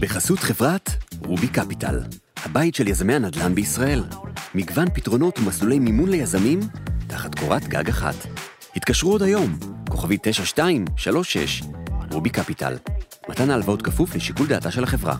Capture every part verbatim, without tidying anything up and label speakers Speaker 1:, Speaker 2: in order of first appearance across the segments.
Speaker 1: בחסות חברת רובי קפיטל, הבית של יזמי הנדל"ן בישראל. מגוון פתרונות ומסלולי מימון ליזמים תחת קורת גג אחת. התקשרו עוד היום, כוכבי תשע שתיים שלוש שש, רובי קפיטל. מתן ההלוואות כפוף לשיקול דעתה של החברה.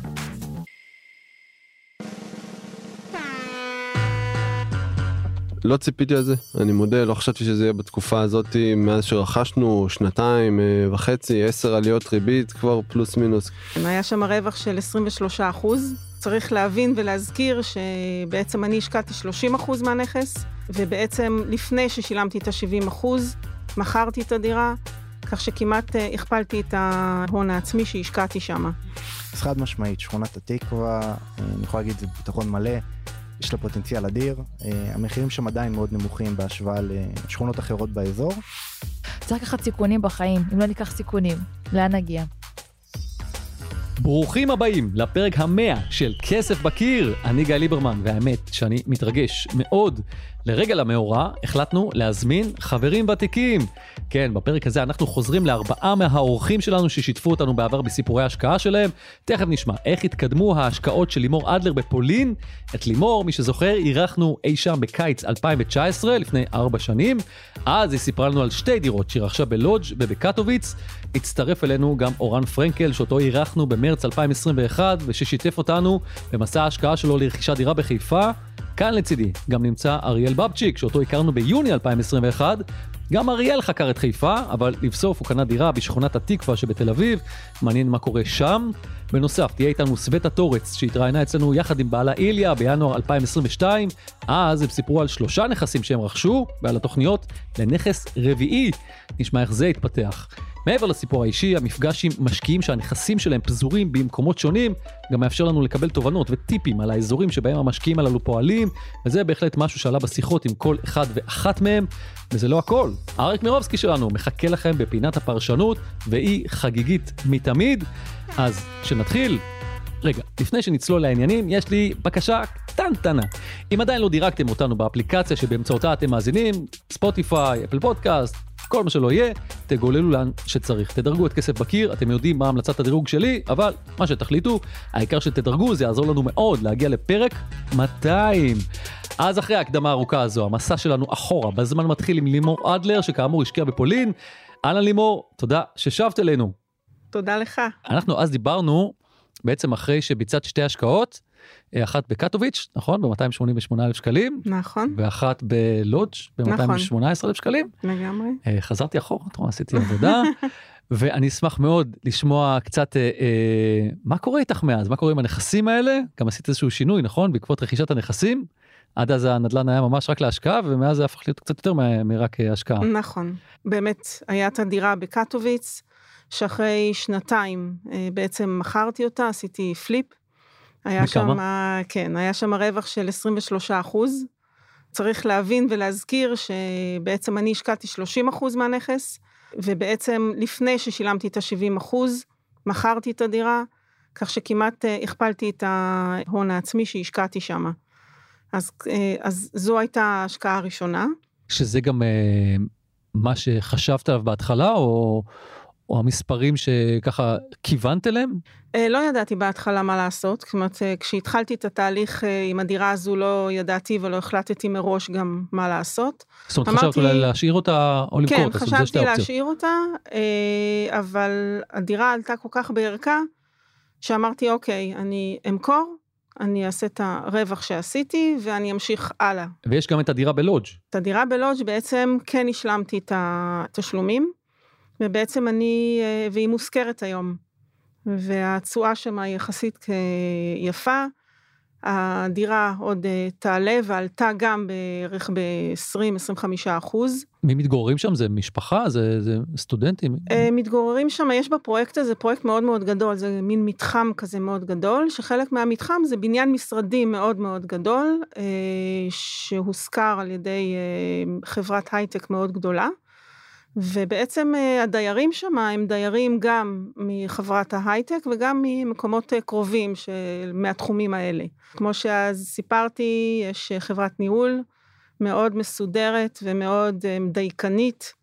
Speaker 2: לא ציפיתי על זה, אני מודה, לא חשבתי שזה יהיה בתקופה הזאת, מאז שרכשנו שנתיים וחצי, עשר עליות ריבית, כבר פלוס מינוס.
Speaker 3: היה שם רווח של עשרים ושלושה אחוז, צריך להבין ולהזכיר שבעצם אני השקעתי שלושים אחוז מהנכס, ובעצם לפני ששילמתי את ה-שבעים אחוז, מכרתי את הדירה, כך שכמעט הכפלתי את ההון העצמי שהשקעתי שם.
Speaker 4: אז חד משמעית, שכונת התקווה, אני יכול להגיד, זה ביטחון מלא, יש לה פוטנציאל אדיר, המחירים שם עדיין מאוד נמוכים בהשוואה לשכונות אחרות באזור.
Speaker 5: צריך לקחת סיכונים בחיים, אם לא ניקח סיכונים, לאן נגיע?
Speaker 6: ברוכים הבאים לפרק המאה של כסף בקיר, אני גיא ליברמן, והאמת שאני מתרגש מאוד. לרגע למאורע החלטנו להזמין חברים ותיקים. כן, בפרק הזה אנחנו חוזרים לארבעה מהאורחים שלנו ששיתפו אותנו בעבר בסיפורי ההשקעה שלהם. תכף נשמע איך התקדמו ההשקעות של לימור אדלר בפולין. את לימור, מי שזוכר, אירחנו אי שם בקיץ אלפיים תשע עשרה, לפני ארבע שנים. אז היא סיפרה לנו על שתי דירות שהיא רכשה בלודג' ובקטוביץ. הצטרף אלינו גם אורן פרנקל, שאותו אירחנו במרץ אלפיים עשרים ואחת, וששיתף אותנו במסע ההשקעה שלו לרכישת דירה בחיפה. כאן לצידי גם נמצא אריאל בבצ'יק, שאותו הכרנו ביוני אלפיים עשרים ואחת. גם אריאל חקר את חיפה, אבל לבסוף הוא קנה דירה בשכונת התקווה שבתל אביב. מעניין מה קורה שם. בנוסף, תהיה איתנו סווטה תורץ, שהתראיינה אצלנו יחד עם בעלה איליה בינואר אלפיים עשרים ושתיים. אז הם סיפרו על שלושה נכסים שהם רכשו, ועל התוכניות לנכס רביעי. נשמע איך זה יתפתח. מעבר לסיפור האישי, המפגש עם משקיעים שהנכסים שלהם פזורים במקומות שונים, גם מאפשר לנו לקבל תובנות וטיפים על האזורים שבהם המשקיעים הללו פועלים, וזה בהחלט משהו שעלה בשיחות עם כל אחד ואחת מהם, וזה לא הכל. אריק מירובסקי שלנו מחכה לכם בפינת הפרשנות, והיא חגיגית מתמיד. אז שנתחיל. רגע, לפני שנצלול לעניינים, יש לי בקשה קטנטנה. אם עדיין לא דירקתם אותנו באפליקציה שבאמצעותה אתם מאזינים, ספוטיפיי, אפל פודקאסט, כל מה שלא יהיה, תגוללו לאן שצריך. תדרגו את כסף בקיר, אתם יודעים מה המלצת הדירוג שלי, אבל מה שתחליטו, העיקר שתדרגו, זה יעזור לנו מאוד להגיע לפרק מאתיים. אז אחרי ההקדמה הארוכה הזו, המסע שלנו אחורה, בזמן מתחיל עם לימור אדלר, שכאמור השקיע בפולין. אהלן לימור, תודה ששבת אלינו.
Speaker 3: תודה לך.
Speaker 6: אנחנו אז דיברנו, בעצם אחרי שביצעת שתי השקעות, אחת בקטוביץ', נכון? ב-מאתיים שמונים ושמונה אלף שקלים.
Speaker 3: נכון.
Speaker 6: ואחת בלודג' ב-מאתיים ושמונה עשרה אלף שקלים.
Speaker 3: לגמרי.
Speaker 6: חזרתי אחורה, עשיתי עבודה, ואני אשמח מאוד לשמוע קצת אה, אה, מה קורה איתך מאז, מה קורה עם הנכסים האלה, גם עשית איזשהו שינוי, נכון? בעקבות רכישת הנכסים, עד אז הנדל"ן היה ממש רק להשקעה, ומאז זה הפך להיות קצת יותר מרק השקעה.
Speaker 3: נכון. באמת, היה את הדירה בקטוביץ, שאחרי שנתיים בעצם מכרתי אותה, עשיתי פליפ. היה שם, כן, היה שם רווח של עשרים ושלושה אחוז. צריך להבין ולהזכיר שבעצם אני השקעתי שלושים אחוז מהנכס, ובעצם לפני ששילמתי את ה-שבעים אחוז, מכרתי את הדירה, כך שכמעט הכפלתי את ההון העצמי שהשקעתי שם. אז, אז זו הייתה ההשקעה הראשונה. שזה
Speaker 6: גם מה שחשבת עליו בהתחלה, או... או המספרים שככה כיוונת אליהם?
Speaker 3: לא ידעתי בהתחלה מה לעשות, זאת אומרת, כשהתחלתי את התהליך עם הדירה הזו לא ידעתי ולא החלטתי מראש גם מה לעשות.
Speaker 6: זאת אומרת, חשבת אולי להשאיר אותה או למכור אותה?
Speaker 3: כן, חשבתי להשאיר אותה, אבל הדירה עלתה כל כך בערכה, שאמרתי, אוקיי, אני אמכור, אני אעשה את הרווח שעשיתי, ואני אמשיך הלאה.
Speaker 6: ויש גם את הדירה בלודג'.
Speaker 3: את הדירה בלודג' בעצם כן השלמתי את התשלומים, ובעצם אני, והיא מוזכרת היום, והצועה שם היא יחסית יפה, הדירה עוד תעלה, ועלתה גם בערך ב-עשרים עד עשרים וחמישה אחוז.
Speaker 6: מי מתגוררים שם? זה משפחה? זה, זה סטודנטים?
Speaker 3: מתגוררים שם, יש בפרויקט הזה, פרויקט מאוד מאוד גדול, זה מין מתחם כזה מאוד גדול, שחלק מהמתחם זה בניין משרדי מאוד מאוד גדול, שהוזכר על ידי חברת הייטק מאוד גדולה, ובעצם הדיירים שם הם דיירים גם מחברת ההייטק וגם ממקומות קרובים מהתחומים האלה. כמו שאז סיפרתי, יש חברת ניהול מאוד מסודרת ומאוד דייקנית.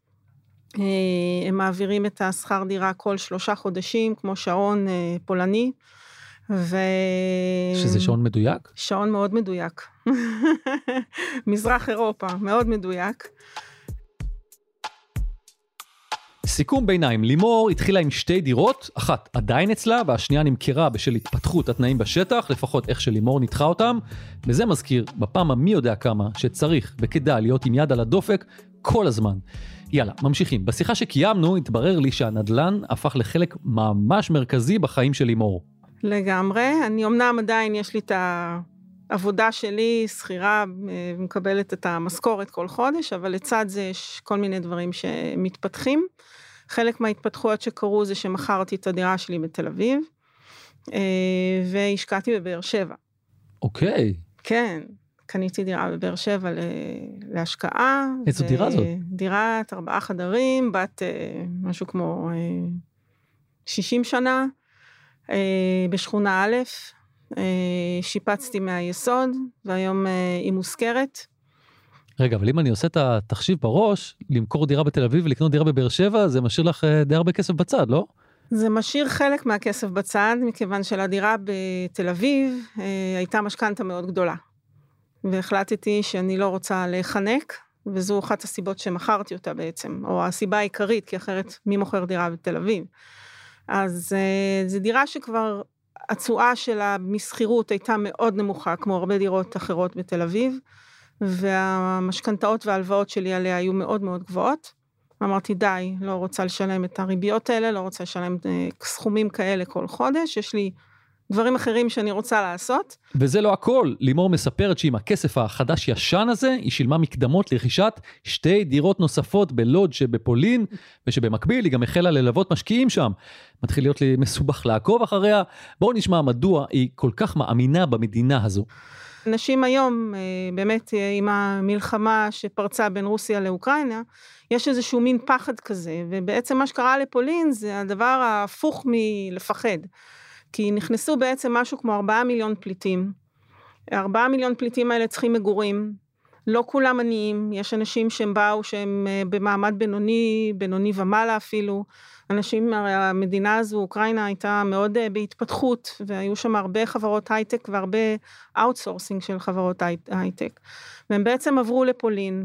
Speaker 3: הם מעבירים את השכר דירה כל שלושה חודשים כמו שעון פולני. ו...
Speaker 6: שזה שעון מדויק?
Speaker 3: שעון מאוד מדויק. מזרח אירופה, מאוד מדויק.
Speaker 6: סיכום ביניים, לימור התחילה עם שתי דירות, אחת עדיין אצלה, והשנייה נמכרה בשל התפתחות התנאים בשטח, לפחות איך שלימור ניתחה אותם, וזה מזכיר, בפעם המי יודע כמה, שצריך וכדאי להיות עם יד על הדופק כל הזמן. יאללה, ממשיכים. בשיחה שקיימנו, התברר לי שהנדלן הפך לחלק ממש מרכזי בחיים של לימור.
Speaker 3: לגמרי, אני אמנם עדיין יש לי את העבודה שלי, שכירה, מקבלת את המשכורת כל חודש, אבל לצד זה יש כל מיני דברים שמתפתחים. חלק מההתפתחויות שקרו זה שמכרתי את הדירה שלי בתל אביב, והשקעתי בבאר שבע.
Speaker 6: אוקיי.
Speaker 3: כן, קניתי דירה בבאר שבע להשקעה.
Speaker 6: איזו דירה זאת?
Speaker 3: דירת ארבעה חדרים, בת משהו כמו שישים שנה, בשכונה א', שיפצתי מהיסוד, והיום היא מוזכרת.
Speaker 6: רגע, אבל אם אני עושה את התחשיב בראש, למכור דירה בתל אביב ולקנות דירה בבאר שבע, זה משאיר לך די הרבה כסף בצד, לא?
Speaker 3: זה משאיר חלק מהכסף בצד, מכיוון שלדירה בתל אביב הייתה משכנתה מאוד גדולה. והחלטתי שאני לא רוצה לחנק, וזו אחת הסיבות שמכרתי אותה בעצם, או הסיבה העיקרית, כי אחרת מי מוכר דירה בתל אביב. אז זו דירה שכבר התשואה שלה מסחירות הייתה מאוד נמוכה, כמו הרבה דירות אחרות בתל אביב, והמשכנתאות וההלוואות שלי עליה היו מאוד מאוד גבוהות. אמרתי, די, לא רוצה לשלם את הריביות האלה, לא רוצה לשלם סכומים כאלה כל חודש, יש לי דברים אחרים שאני רוצה לעשות.
Speaker 6: וזה לא הכל, לימור מספרת שעם הכסף החדש ישן הזה, היא שילמה מקדמות לרכישת שתי דירות נוספות בלוד שבפולין, ושבמקביל היא גם החלה ללוות משקיעים שם. מתחיל להיות לי מסובך לעקוב אחריה, בואו נשמע מדוע היא כל כך מאמינה במדינה הזו.
Speaker 3: אנשים היום, באמת עם המלחמה שפרצה בין רוסיה לאוקראינה, יש איזשהו מין פחד כזה, ובעצם מה שקרה לפולין זה הדבר ההפוך מלפחד. כי נכנסו בעצם משהו כמו ארבעה מיליון פליטים. ארבעה מיליון פליטים האלה צריכים מגורים, לא כולם עניים, יש אנשים שהם באו שהם במעמד בינוני, בינוני ומעלה אפילו, אנשים, המדינה הזו, אוקראינה הייתה מאוד בהתפתחות, והיו שם הרבה חברות הייטק והרבה אאוטסורסינג של חברות הייטק, והם בעצם עברו לפולין,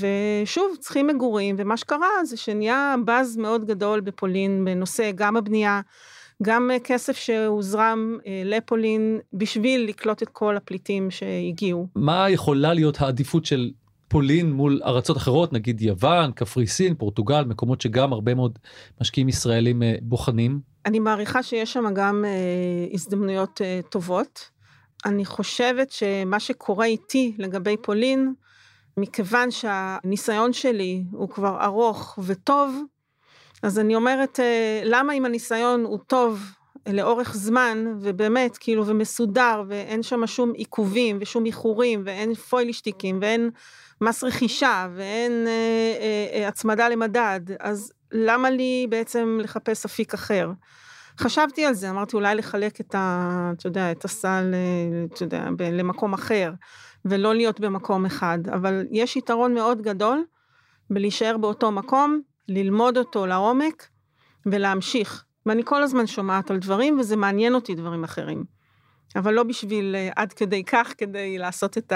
Speaker 3: ושוב צריכים מגורים, ומה שקרה זה שנהיה בז מאוד גדול בפולין, בנושא גם הבנייה, גם כסף שהוזרם לפולין, בשביל לקלוט את כל הפליטים שהגיעו.
Speaker 6: מה יכולה להיות העדיפות של פולין מול ארצות אחרות, נגיד יוון, קפריסין, פורטוגל, מקומות שגם הרבה מאוד משקיעים ישראלים בוחנים? אני
Speaker 3: מעריכה שיש שם גם הזדמנויות טובות. אני חושבת שמה שקורה איתי לגבי פולין, מכיוון שהניסיון שלי הוא כבר ארוך וטוב, אז אני אומרת, למה אם הניסיון הוא טוב לאורך זמן, ובאמת, כאילו, ומסודר, ואין שם שום עיכובים, ושום איחורים, ואין פוילשטיקים, ואין מס רכישה, ואין אה, אה, הצמדה למדד, אז למה לי בעצם לחפש אפיק אחר? חשבתי על זה, אמרתי, אולי לחלק את ה, אתה יודע, את הסל, אתה יודע, למקום אחר, ולא להיות במקום אחד, אבל יש יתרון מאוד גדול, בלהישאר באותו מקום, ללמוד אותו לעומק, ולהמשיך. ואני כל הזמן שומעת על דברים, וזה מעניין אותי דברים אחרים. אבל לא בשביל עד כדי כך, כדי לעשות את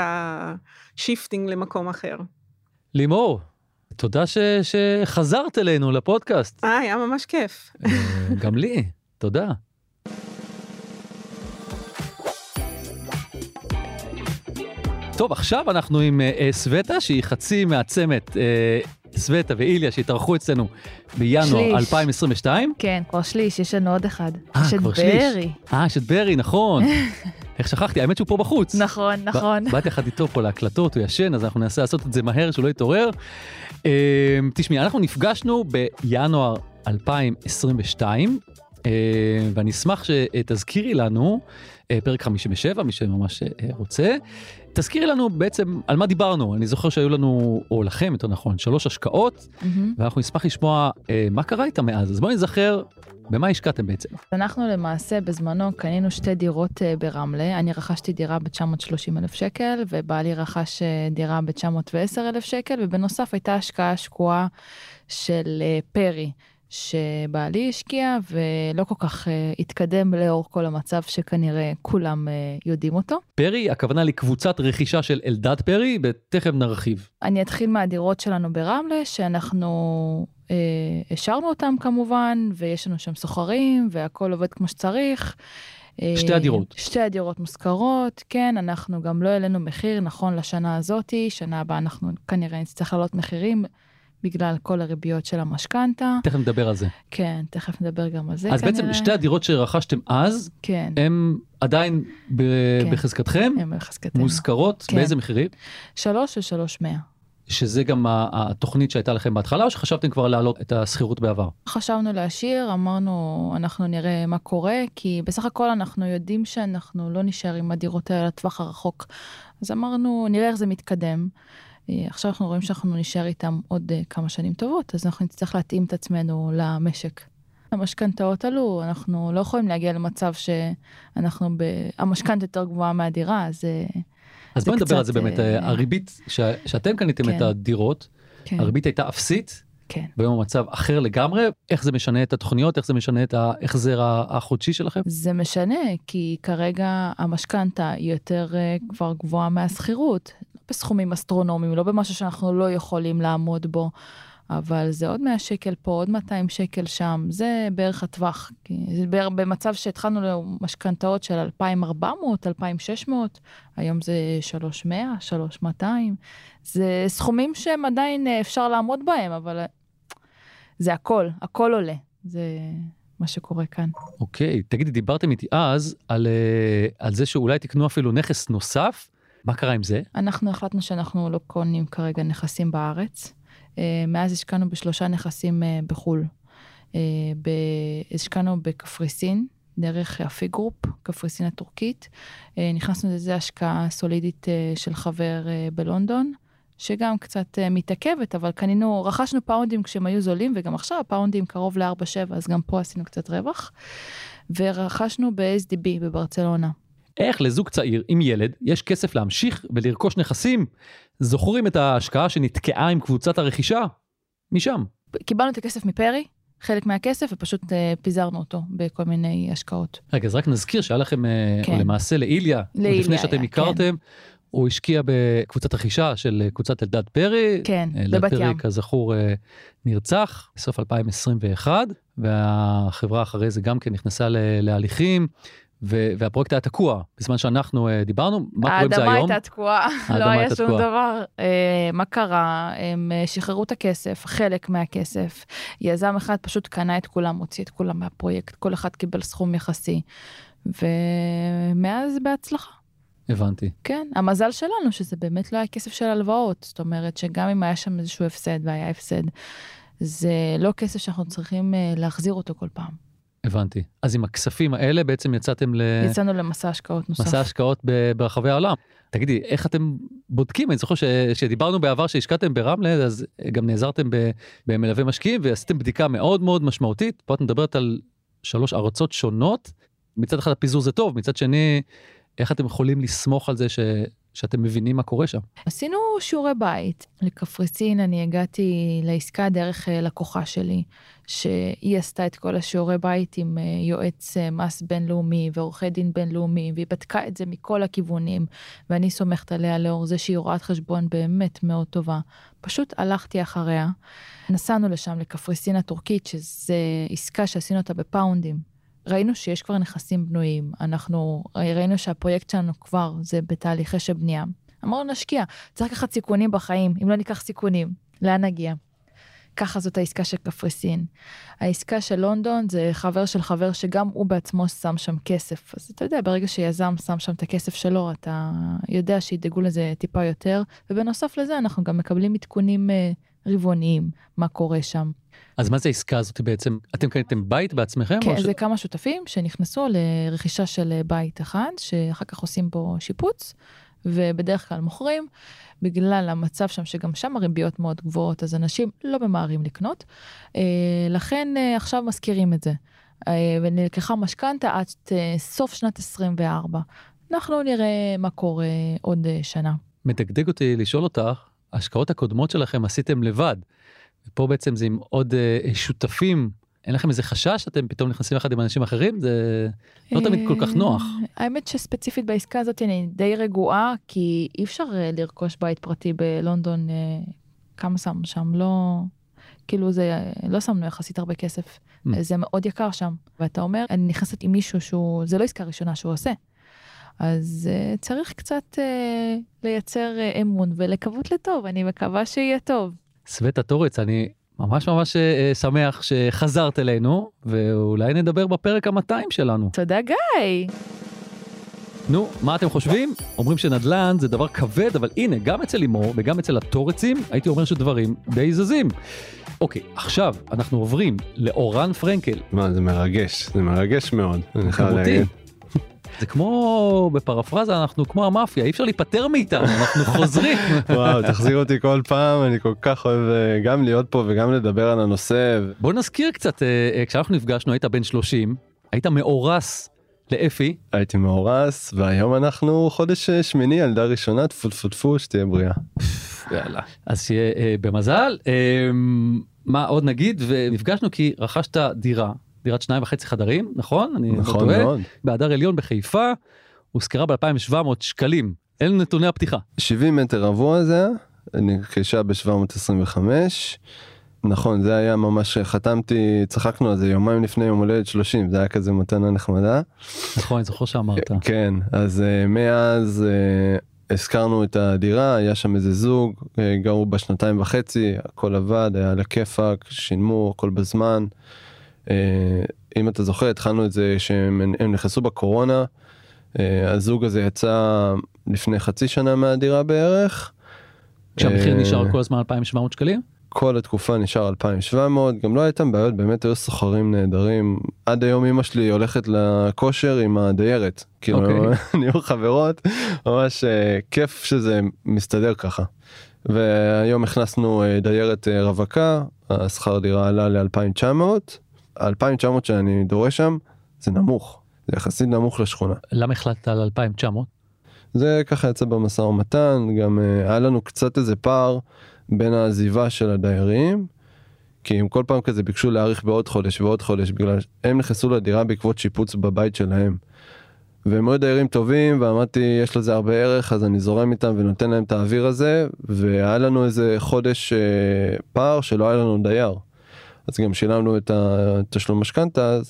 Speaker 3: השיפטינג למקום אחר.
Speaker 6: לימור, תודה ש... שחזרת אלינו לפודקאסט.
Speaker 3: אה, היה ממש כיף.
Speaker 6: גם לי, תודה. טוב, עכשיו אנחנו עם uh, סווטה, שהיא חצי מעצמת, uh, סווטה ואיליה שהתארחו אצלנו בינואר שליש. אלפיים עשרים ושתיים.
Speaker 5: כן, כבר שליש, יש לנו עוד אחד.
Speaker 6: אה,
Speaker 5: יש את ברי.
Speaker 6: אה, יש את ברי, נכון. איך שכחתי, האמת שהוא פה בחוץ.
Speaker 5: נכון, נכון.
Speaker 6: באתי אחד איתו פה להקלטות, הוא ישן, אז אנחנו ננסה לעשות את זה מהר, שהוא לא יתעורר. Uh, תשמעי, אנחנו נפגשנו בינואר אלפיים עשרים ושתיים, uh, ואני אשמח שתזכירי לנו, uh, פרק חמישים ושבע, מי שממש uh, רוצה, תזכירי לנו בעצם על מה דיברנו. אני זוכר שהיו לנו, או לכם, יותר נכון, שלוש השקעות, mm-hmm. ואנחנו נשמח לשמוע uh, מה קרה איתם מאז. אז בואו נזכר, במה השקעתם בעצם?
Speaker 5: אנחנו למעשה בזמנו קנינו שתי דירות uh, ברמלה. אני רכשתי דירה ב-תשע מאות ושלושים אלף שקל, ובעלי רכש uh, דירה ב-תשע מאות ועשר אלף שקל, ובנוסף הייתה השקעה שקועה של uh, פרי, שבעלי השקיע ולא כל כך uh, התקדם לאור כל המצב שכנראה כולם uh, יודעים אותו.
Speaker 6: פרי, הכוונה לקבוצת רכישה של אלדד פרי, ותכף נרחיב.
Speaker 5: אני אתחיל מהדירות שלנו ברמלה, שאנחנו uh, השארנו אותם כמובן, ויש לנו שם סוחרים, והכל עובד כמו שצריך.
Speaker 6: שתי הדירות.
Speaker 5: שתי הדירות מושכרות, כן, אנחנו גם לא העלינו מחיר, נכון לשנה הזאת, שנה הבאה אנחנו כנראה נצטרך לעלות מחירים, בגלל כל הריביות של המשכנתה.
Speaker 6: תכף נדבר על זה.
Speaker 5: כן, תכף נדבר גם על זה
Speaker 6: אז
Speaker 5: כנראה.
Speaker 6: בעצם שתי הדירות שרכשתם אז,
Speaker 5: כן.
Speaker 6: הם עדיין ב-
Speaker 5: כן.
Speaker 6: בחזקתכם,
Speaker 5: הם בחזקתנו.
Speaker 6: מוזכרות,
Speaker 5: כן.
Speaker 6: באיזה מחירים?
Speaker 5: שלוש ושלוש מאה.
Speaker 6: שזה גם התוכנית שהייתה לכם בהתחלה, או שחשבתם כבר להעלות את הסחירות בעבר?
Speaker 5: חשבנו להשאיר, אמרנו, אנחנו נראה מה קורה, כי בסך הכל אנחנו יודעים שאנחנו לא נשאר עם הדירות האלה לטווח הרחוק. אז אמרנו, נראה איך זה מתקדם. עכשיו אנחנו רואים שאנחנו נשאר איתם עוד כמה שנים טובות, אז אנחנו נצטרך להתאים את עצמנו למשק. המשכנתאות עלו, אנחנו לא יכולים להגיע למצב שאנחנו, המשכנתא יותר גבוהה מהדירה, אז...
Speaker 6: אז בואי נדבר על זה באמת, הריבית שאתם קניתם את הדירות, הריבית הייתה אפסית, והיום המצב אחר לגמרי, איך זה משנה את התוכניות, איך זה משנה את ההחזר החודשי שלכם?
Speaker 5: זה משנה, כי כרגע המשכנתא היא יותר כבר גבוהה מהשכירות, בסכומים אסטרונומיים, לא במשהו שאנחנו לא יכולים לעמוד בו, אבל זה עוד מאה שקל פה, עוד מאתיים שקל שם, זה בערך הטווח. זה בערך במצב שהתחלנו למשכנתאות של אלפיים וארבע מאות, אלפיים ושש מאות, היום זה שלוש מאות, שלוש מאתיים, זה סכומים שהם עדיין אפשר לעמוד בהם, אבל זה הכל, הכל עולה, זה מה שקורה כאן.
Speaker 6: אוקיי, תגידי, דיברתם איתי אז על, על זה שאולי תקנו אפילו נכס נוסף, מה קרה עם זה?
Speaker 5: אנחנו החלטנו שאנחנו לא קונים כרגע נכסים בארץ, מאז השקענו בשלושה נכסים בחול. השקענו בקפריסין, דרך אפי גרופ, קפריסין הטורקית. נכנסנו לזה השקעה סולידית של חבר בלונדון, שגם קצת מתעכבת, אבל קנינו, רכשנו פאונדים כשהם היו זולים, וגם עכשיו הפאונדים קרוב ל-ארבע שבע, אז גם פה עשינו קצת רווח. ורכשנו ב-אס די בי בברצלונה.
Speaker 6: איך לזוג צעיר עם ילד יש כסף להמשיך ולרכוש נכסים? זוכרים את ההשקעה שנתקעה עם קבוצת הרכישה? משם.
Speaker 5: קיבלנו את הכסף מפרי, חלק מהכסף, ופשוט uh, פיזרנו אותו בכל מיני השקעות.
Speaker 6: רגע, אז רק נזכיר שהיה לכם, כן. או למעשה לאיליה,
Speaker 5: לאיליה
Speaker 6: לפני שאתם
Speaker 5: היה,
Speaker 6: הכרתם, כן. הוא השקיע בקבוצת רכישה של קבוצת אלדד פרי.
Speaker 5: כן,
Speaker 6: אלדד
Speaker 5: בבת
Speaker 6: פרי,
Speaker 5: ים.
Speaker 6: כזכור, נרצח בסוף אלפיים עשרים ואחת, והחברה אחרי זה גם כן נכנסה להליכים, והפרויקט היה תקוע, בזמן שאנחנו דיברנו, מה קורה עם זה היום?
Speaker 5: האדמה הייתה תקועה, לא היה שום דבר. מה קרה? הם שחררו את הכסף, חלק מהכסף. יזם אחד פשוט קנה את כולם, הוציא את כולם מהפרויקט, כל אחד קיבל סכום יחסי, ומאז בהצלחה.
Speaker 6: הבנתי.
Speaker 5: כן, המזל שלנו שזה באמת לא היה כסף של הלוואות, זאת אומרת שגם אם היה שם איזשהו הפסד והיה הפסד, זה לא כסף שאנחנו צריכים להחזיר אותו כל פעם.
Speaker 6: הבנתי. אז עם הכספים האלה בעצם יצאתם ל...
Speaker 5: יצאנו למסע השקעות נוסף.
Speaker 6: מסע השקעות ברחבי העולם. תגידי, איך אתם בודקים? אני זוכר ש... שדיברנו בעבר שהשקעתם ברמלה, אז גם נעזרתם ב... במלווה משקיעים, ועשיתם בדיקה מאוד מאוד משמעותית. פה את מדברת על שלוש ארצות שונות. מצד אחד הפיזור זה טוב, מצד שני, איך אתם יכולים לסמוך על זה ש... שאתם מבינים מה קורה שם?
Speaker 5: עשינו שיעורי בית. לקפריסין אני הגעתי לעסקה דרך לקוחה שלי, שהיא עשתה את כל השיעורי בית עם יועץ מס בינלאומי ועורכי דין בינלאומי, והיא בדקה את זה מכל הכיוונים, ואני סומכת עליה לאור זה שהיא רואת חשבון באמת מאוד טובה. פשוט הלכתי אחריה. נסענו לשם לקפריסין הטורקית, שזה עסקה שעשינו אותה בפאונדים. ראינו שיש כבר נכסים בנויים, אנחנו ראינו שהפרויקט שלנו כבר זה בתהליכי של בנייה. אמרנו נשקיע, צריך לקחת סיכונים בחיים, אם לא ניקח סיכונים, לאן נגיע? ככה זאת העסקה של קפריסין. העסקה של לונדון זה חבר של חבר שגם הוא בעצמו שם שם כסף. אז אתה יודע, ברגע שיזם שם שם את הכסף שלו, אתה יודע שידאגו לזה טיפה יותר, ובנוסף לזה אנחנו גם מקבלים עדכונים רבעוניים, מה קורה שם.
Speaker 6: אז מה זה העסקה הזאת בעצם? אתם קניתם בית בעצמכם?
Speaker 5: כן, זה
Speaker 6: ש...
Speaker 5: כמה שותפים שנכנסו לרכישה של בית אחד, שאחר כך עושים בו שיפוץ, ובדרך כלל מוכרים, בגלל המצב שם, שגם שם הריביות מאוד גבוהות, אז אנשים לא ממהרים לקנות, לכן עכשיו מזכירים את זה, ונלקחה משכנתא עד סוף שנת עשרים וארבע. אנחנו נראה מה קורה עוד שנה.
Speaker 6: מדגדג אותי לשאול אותך, ההשקעות הקודמות שלכם עשיתם לבד, פה בעצם זה עם עוד שותפים, אין לכם איזה חשש שאתם פתאום נכנסים אחד עם אנשים אחרים? זה לא תמיד כל כך נוח.
Speaker 5: האמת שספציפית בעסקה הזאת אני די רגועה, כי אי אפשר לרכוש בית פרטי בלונדון, כמה שם שם, לא, כאילו זה, לא שמנו יחסית הרבה כסף, זה מאוד יקר שם, ואתה אומר, אני נכנסת עם מישהו שהוא, זה לא עסקה ראשונה שהוא עושה, אז צריך קצת לייצר אמון ולקוות לטוב, אני מקווה שיהיה טוב.
Speaker 6: סווטה טורץ, אני ממש ממש שמח שחזרת אלינו, ואולי נדבר בפרק ה-מאתיים שלנו.
Speaker 5: תודה גיא.
Speaker 6: נו, מה אתם חושבים? אומרים שנדל"ן זה דבר כבד, אבל הנה, גם אצל לימור וגם אצל הטורצים, הייתי אומר שדברים די זזים. אוקיי, עכשיו אנחנו עוברים לאורן פרנקל.
Speaker 2: מה, זה מרגש, זה מרגש מאוד.
Speaker 6: כמותי. זה כמו, בפרפרזה, אנחנו כמו המאפיה, אי אפשר להיפטר מאיתנו, אנחנו חוזרים.
Speaker 2: וואו, תחזיר אותי כל פעם, אני כל כך אוהב גם להיות פה וגם לדבר על הנושא.
Speaker 6: בוא נזכיר קצת, כשאנחנו נפגשנו, היית בן שלושים, היית מאורס לאפי.
Speaker 2: הייתי מאורס, והיום אנחנו חודש שמיני, ילדה ראשונה, תפו תפו תפו, שתהיה בריאה.
Speaker 6: יאללה. אז שיהיה במזל. מה עוד נגיד, ונפגשנו כי רכשת דירה. דירת שניים וחצי חדרים, נכון? אני
Speaker 2: נכון
Speaker 6: לא
Speaker 2: מאוד.
Speaker 6: בהדר עליון בחיפה, הושכרה ב-אלפיים ושבע מאות שקלים. אלו נתוני הפתיחה.
Speaker 2: שבעים מטר רבוע זה, אני נרכשה ב-שבע מאות עשרים וחמש. נכון, זה היה ממש, חתמתי, צחקנו על זה יומיים לפני יום הולדת שלושים, זה היה כזה מתנה נחמדה.
Speaker 6: נכון, אני זוכר שאמרת.
Speaker 2: כן, אז uh, מאז uh, הזכרנו את הדירה, היה שם איזה זוג, uh, גרו בשנתיים וחצי, הכל עבד, היה על הכיפק, שילמו, הכל בזמן. Uh, אם אתה זוכר, התחלנו את זה שהם נכנסו בקורונה, uh, הזוג הזה יצא לפני חצי שנה מהדירה בערך.
Speaker 6: שהמחיר
Speaker 2: uh,
Speaker 6: נשאר כל הזמן אלפיים ושבע מאות שקלים?
Speaker 2: כל התקופה נשאר אלפיים ושבע מאות, גם לא הייתם בעיות, באמת היו סוחרים נהדרים. עד היום אמא שלי הולכת לכושר עם הדיירת, כאילו נהיו חברות, ממש uh, כיף שזה מסתדר ככה. והיום הכנסנו uh, דיירת uh, רווקה, השכר דירה עלה ל-אלפיים ותשע מאות, אלפיים ותשע מאות שאני דורש שם, זה נמוך, זה יחסית נמוך לשכונה.
Speaker 6: למה החלטת על אלפיים ותשע מאות?
Speaker 2: זה ככה יצא במשא ומתן, גם uh, היה לנו קצת איזה פער בין העזיבה של הדיירים, כי הם כל פעם כזה ביקשו להאריך בעוד חודש ועוד חודש, בגלל שהם נכנסו לדירה בעקבות שיפוץ בבית שלהם. והם היו דיירים טובים, ואמרתי, יש לזה הרבה ערך, אז אני זורם איתם ונותן להם את האוויר הזה, והיה לנו איזה חודש uh, פער שלא היה לנו דייר. אז גם שילמנו את התשלום משכנתה אז,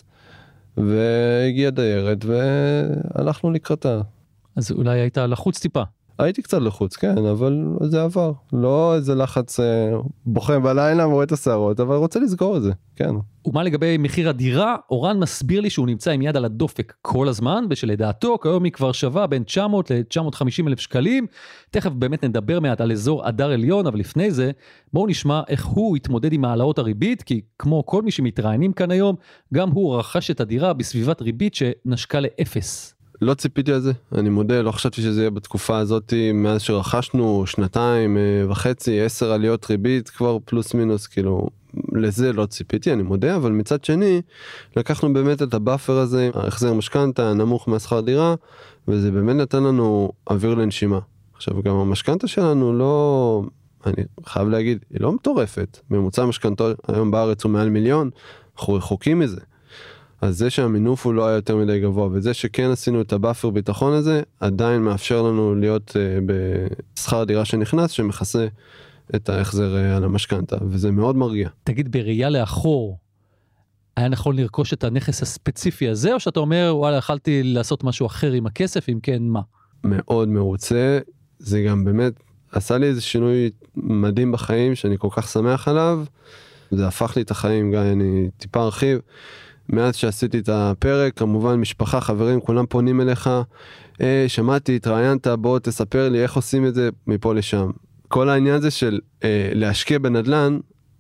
Speaker 2: והגיעה דיירת, והלכנו לקראתה.
Speaker 6: אז אולי היית לחוץ טיפה.
Speaker 2: הייתי קצת לחוץ, כן, אבל זה עבר. לא איזה לחץ אה, בוחם בלילה, רואה את השערות, אבל רוצה לסגור את זה, כן.
Speaker 6: ומה לגבי מחיר הדירה? אורן מסביר לי שהוא נמצא עם יד על הדופק כל הזמן, ושלדעתו כיום היא כבר שווה בין תשע מאות ל-תשע מאות וחמישים אלף שקלים. תכף באמת נדבר מעט על אזור הדר עליון, אבל לפני זה, בואו נשמע איך הוא התמודד עם העלאות הריבית, כי כמו כל מי שמתראיינים כאן היום, גם הוא רכש את הדירה בסביבת ריבית שנשקה לאפס.
Speaker 2: לא ציפיתי על זה, אני מודה, לא חשבתי שזה יהיה בתקופה הזאת, מאז שרכשנו שנתיים וחצי, עשר עליות ריבית, כבר פלוס מינוס, כאילו, לזה לא ציפיתי, אני מודה, אבל מצד שני, לקחנו באמת את הבאפר הזה, ההחזר משכנתה, נמוך מהשכר דירה, וזה באמת נתן לנו אוויר לנשימה. עכשיו, גם המשכנתה שלנו לא, אני חייב להגיד, היא לא מטורפת, ממוצע המשכנתה היום בארץ הוא מעל מיליון, אנחנו רחוקים מזה. אז זה שהמינוף הוא לא היה יותר מדי גבוה, וזה שכן עשינו את הבאפר ביטחון הזה, עדיין מאפשר לנו להיות uh, בשכר דירה שנכנס, שמכסה את ההחזר uh, על המשכנתה, וזה מאוד מרגיע.
Speaker 6: תגיד, בראייה לאחור, היה נכון לרכוש את הנכס הספציפי הזה, או שאתה אומר, וואלה, יכלתי לעשות משהו אחר עם הכסף, אם כן, מה?
Speaker 2: מאוד מרוצה, זה גם באמת, עשה לי איזה שינוי מדהים בחיים, שאני כל כך שמח עליו, זה הפך לי את החיים, גיא, אני טיפה ארחיב, מאז שעשיתי את הפרק, כמובן משפחה, חברים, כולם פונים אליך, אה, שמעתי, התראיינת, בוא תספר לי איך עושים את זה מפה לשם. כל העניין הזה של אה, להשקיע בנדלן,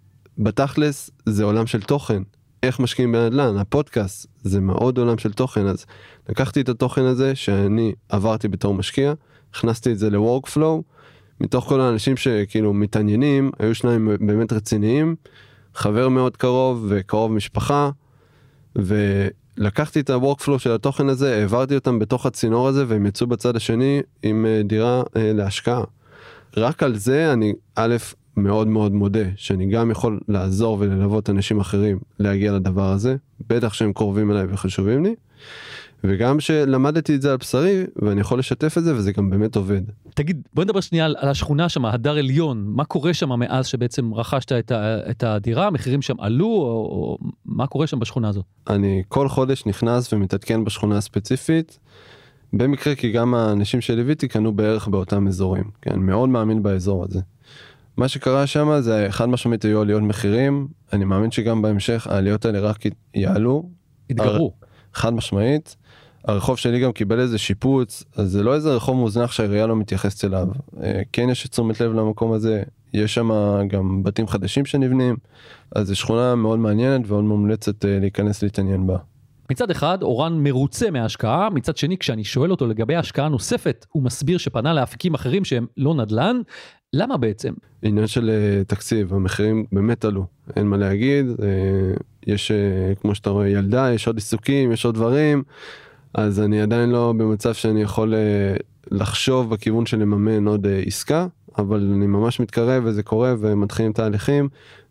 Speaker 2: בתכלס זה עולם של תוכן. איך משקיעים בנדלן? הפודקאסט זה מאוד עולם של תוכן, אז לקחתי את התוכן הזה שאני עברתי בתור משקיע, הכנסתי את זה ל-workflow, מתוך כל האנשים שכאילו מתעניינים, היו שניים באמת רציניים, חבר מאוד קרוב וקרוב משפחה, ולקחתי את ה-workflow של התוכן הזה, העברתי אותם בתוך הצינור הזה, והם יצאו בצד השני עם דירה להשקעה. רק על זה אני, א', מאוד מאוד מודה שאני גם יכול לעזור וללוות אנשים אחרים להגיע לדבר הזה, בטח שהם קרובים אליי וחשובים לי, וגם שלמדתי את זה על בשרי, ואני יכול לשתף את זה, וזה גם באמת עובד.
Speaker 6: תגיד, בוא נדבר שנייה על, על השכונה שם, הדר עליון, מה קורה שם מאז שבעצם רכשת את, ה, את הדירה, המחירים שם עלו, או, או מה קורה שם בשכונה הזאת?
Speaker 2: אני כל חודש נכנס ומתעדכן בשכונה הספציפית, במקרה כי גם האנשים שליוויתי קנו בערך באותם אזורים, כן, מאוד מאמין באזור הזה. מה שקרה שם זה חד משמעית היו עליות מחירים, אני מאמין שגם בהמשך העליות האלה רק יעלו.
Speaker 6: התגרו.
Speaker 2: חד משמעית. הרחוב שלי גם קיבל איזה שיפוץ, אז זה לא איזה רחוב מוזנח שהעירייה לא מתייחסת אליו. כן יש תשומת לב למקום הזה, יש שם גם בתים חדשים שנבנים, אז זו שכונה מאוד מעניינת ועוד מומלצת להיכנס להתעניין בה.
Speaker 6: מצד אחד, אורן מרוצה מההשקעה, מצד שני, כשאני שואל אותו לגבי ההשקעה נוספת, הוא מסביר שפנה לאפיקים אחרים שהם לא נדל"ן, למה בעצם?
Speaker 2: עניין של תקציב, המחירים באמת עלו, אין מה להגיד, יש, כמו שאתה רואה, ילדה, יש עוד עיסוקים, יש עוד דברים, אז אני עדיין לא במצב שאני יכול לחשוב בכיוון של לממן עוד עסקה, אבל אני ממש מתקרב וזה קורה ומתחילים תהליכים,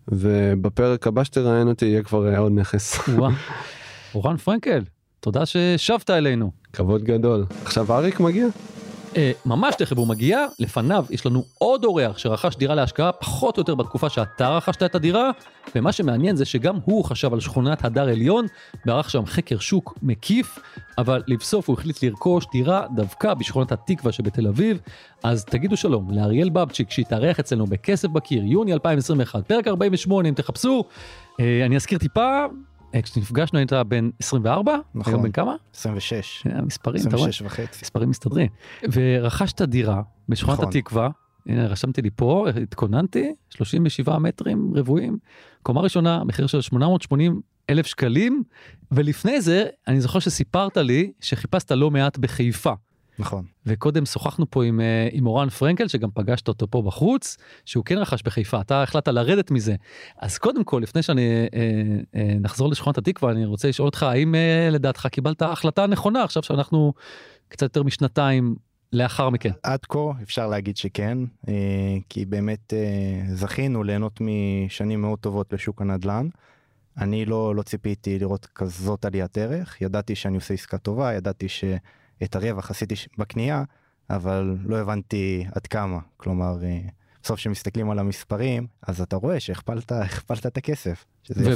Speaker 2: ובפרק הבא שתראיין אותי יהיה כבר עוד נכס.
Speaker 6: וואו. אורן פרנקל, תודה ששבת אלינו.
Speaker 2: כבוד גדול. עכשיו אריק מגיע?
Speaker 6: אה, ממש תכף הוא מגיע, לפניו יש לנו עוד אורח שרכש דירה להשקעה פחות או יותר בתקופה שאתה רכשת את הדירה, ומה שמעניין זה שגם הוא חשב על שכונת הדר עליון, בערך שם חקר שוק מקיף, אבל לבסוף הוא החליט לרכוש דירה דווקא בשכונת התקווה שבתל אביב, אז תגידו שלום לאריאל בבצ'יק שהתארח אצלנו בכסף בקיר, יוני אלפיים עשרים ואחת, פרק ארבעים ושמונה אם תחפשו, אה, אני אזכיר טיפה, כשנפגשנו היית בן עשרים וארבע,
Speaker 4: נכון.
Speaker 6: היום בן כמה?
Speaker 4: עשרים ושש.
Speaker 6: המספרים,
Speaker 4: עשרים
Speaker 6: אתה רואה?
Speaker 4: ושש וחצי.
Speaker 6: מספרים מסתדרים. ורכשת דירה בשכונת
Speaker 4: נכון.
Speaker 6: התקווה, הנה רשמתי לי פה, התכוננתי, שלושים ושבעה מטרים רבועים, קומה ראשונה, מחיר של שמונה מאות ושמונים אלף שקלים, ולפני זה, אני זוכר שסיפרת לי שחיפשת לא מעט בחיפה.
Speaker 4: נכון.
Speaker 6: וקודם שוחחנו פה עם, עם אורן פרנקל, שגם פגשת אותו פה בחוץ, שהוא כן רכש בחיפה, אתה החלטת לרדת מזה. אז קודם כל, לפני שאני אה, אה, נחזור לשכונת התקווה, אני רוצה לשאול אותך, האם אה, לדעתך קיבלת החלטה נכונה, עכשיו שאנחנו קצת יותר משנתיים לאחר מכן?
Speaker 4: עד כה אפשר להגיד שכן, אה, כי באמת אה, זכינו ליהנות משנים מאוד טובות לשוק הנדל"ן. אני לא, לא ציפיתי לראות כזאת עליית ערך, ידעתי שאני עושה עסקה טובה, ידעתי ש... את הרווח עשיתי בקנייה, אבל לא הבנתי עד כמה. כלומר, בסוף שמסתכלים על המספרים, אז אתה רואה שהכפלת, הכפלת את הכסף.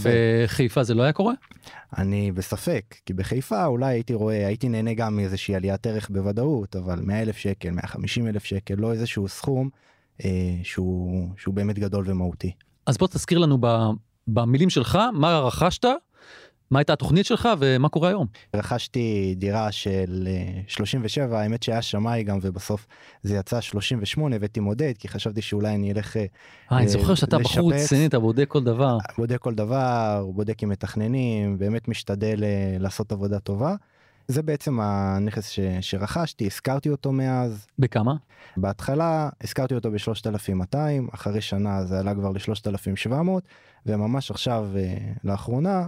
Speaker 6: ובחיפה זה לא היה קורה?
Speaker 4: אני בספק, כי בחיפה אולי הייתי רואה, הייתי נהנה גם מאיזושהי עליית ערך בוודאות, אבל מאה אלף שקל, מאה וחמישים אלף שקל, לא איזשהו סכום אה, שהוא, שהוא באמת גדול ומהותי.
Speaker 6: אז בוא תזכיר לנו במילים שלך, מה רכשת, מה הייתה התוכנית שלך ומה קורה היום?
Speaker 4: רכשתי דירה של שלושים ושבע, האמת שהיה שמאי גם, ובסוף זה יצא שלושים ושמונה, הבאתי מודד, כי חשבתי שאולי אני אלך לשפץ.
Speaker 6: אני זוכר שאתה בחור רציני, אתה בודק כל דבר.
Speaker 4: בודק כל דבר, בודק עם מתכננים, באמת משתדל לעשות עבודה טובה. זה בעצם הנכס ש, שרכשתי, הזכרתי אותו מאז.
Speaker 6: בכמה?
Speaker 4: בהתחלה הזכרתי אותו ב-שלושת אלפים ומאתיים, אחרי שנה זה עלה כבר ל-שלושת אלפים ושבע מאות, וממש עכשיו לאחרונה,